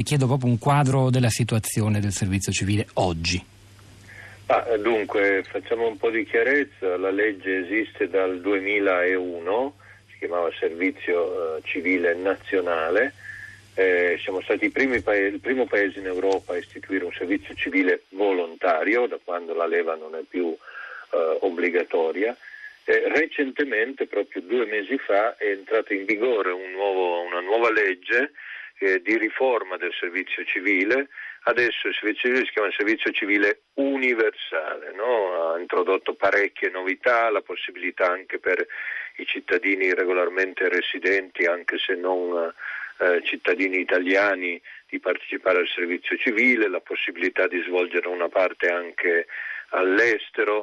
chiedo proprio un quadro della situazione del servizio civile oggi. Dunque, facciamo un po' di chiarezza. La legge esiste dal 2001, si chiamava Servizio Civile Nazionale. Siamo stati il primo paese in Europa a istituire un servizio civile volontario, da quando la leva non è più obbligatoria. Recentemente, proprio 2 mesi fa, è entrata in vigore una nuova legge di riforma del servizio civile. Adesso il servizio civile si chiama servizio civile universale, no? Ha introdotto parecchie novità, la possibilità anche per i cittadini regolarmente residenti, anche se non cittadini italiani, di partecipare al servizio civile, la possibilità di svolgere una parte anche all'estero,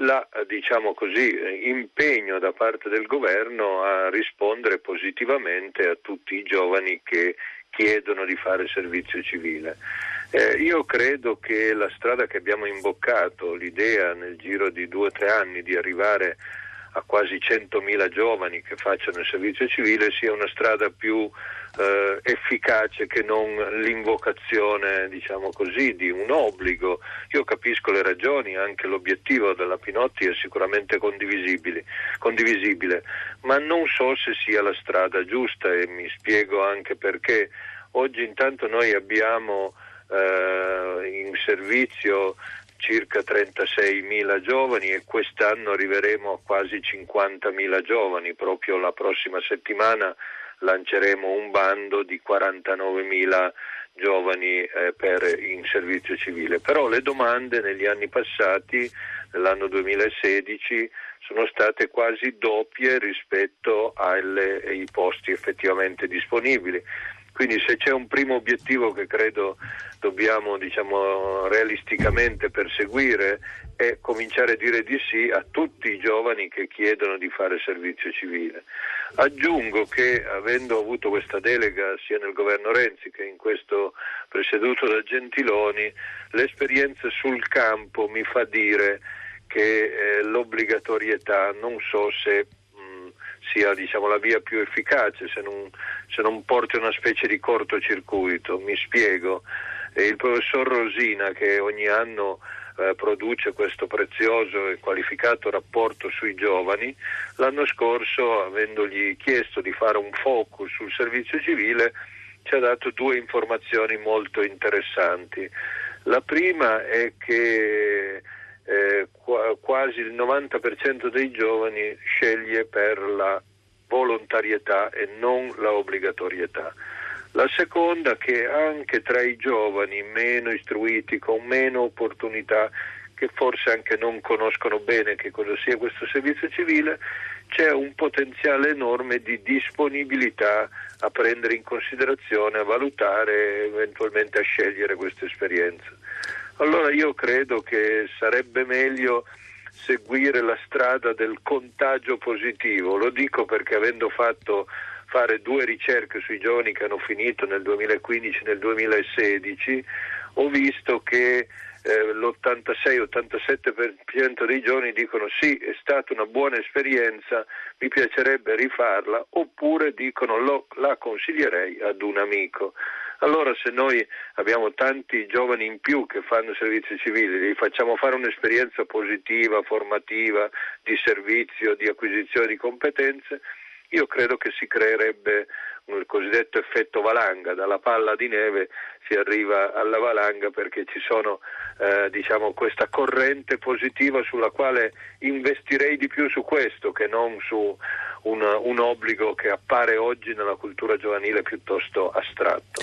impegno da parte del governo a rispondere positivamente a tutti i giovani che chiedono di fare servizio civile. Io credo che la strada che abbiamo imboccato, l'idea nel giro di 2 o 3 anni di arrivare a quasi 100.000 giovani che facciano il servizio civile, sia una strada più efficace che non l'invocazione, di un obbligo. Io capisco le ragioni, anche l'obiettivo della Pinotti è sicuramente condivisibile, ma non so se sia la strada giusta, e mi spiego anche perché. Oggi intanto noi abbiamo in servizio circa 36.000 giovani e quest'anno arriveremo a quasi 50.000 giovani. Proprio la prossima settimana lanceremo un bando di 49.000 giovani in servizio civile. Però le domande negli anni passati, nell'anno 2016, sono state quasi doppie rispetto ai posti effettivamente disponibili. Quindi se c'è un primo obiettivo che credo dobbiamo realisticamente perseguire, è cominciare a dire di sì a tutti i giovani che chiedono di fare servizio civile. Aggiungo che, avendo avuto questa delega sia nel governo Renzi che in questo presieduto da Gentiloni, l'esperienza sul campo mi fa dire che l'obbligatorietà non so se sia la via più efficace, se non porti una specie di cortocircuito. Mi spiego. Il professor Rosina, che ogni anno produce questo prezioso e qualificato rapporto sui giovani, l'anno scorso, avendogli chiesto di fare un focus sul servizio civile, ci ha dato 2 informazioni molto interessanti. La prima è che quasi il 90% dei giovani sceglie per la volontarietà e non la obbligatorietà. La seconda, che anche tra i giovani meno istruiti, con meno opportunità, che forse anche non conoscono bene che cosa sia questo servizio civile, c'è un potenziale enorme di disponibilità a prendere in considerazione, a valutare, eventualmente a scegliere questa esperienza. Allora io credo che sarebbe meglio seguire la strada del contagio positivo. Lo dico perché, avendo fatto fare 2 ricerche sui giovani che hanno finito nel 2015 e nel 2016, ho visto che l'86-87% dei giovani dicono sì, è stata una buona esperienza, mi piacerebbe rifarla, oppure dicono la consiglierei ad un amico. Allora, se noi abbiamo tanti giovani in più che fanno servizio civile, li facciamo fare un'esperienza positiva, formativa, di servizio, di acquisizione di competenze, io credo che si creerebbe il cosiddetto effetto valanga. Dalla palla di neve si arriva alla valanga, perché ci sono questa corrente positiva sulla quale investirei di più su questo che non su un obbligo che appare oggi nella cultura giovanile piuttosto astratto.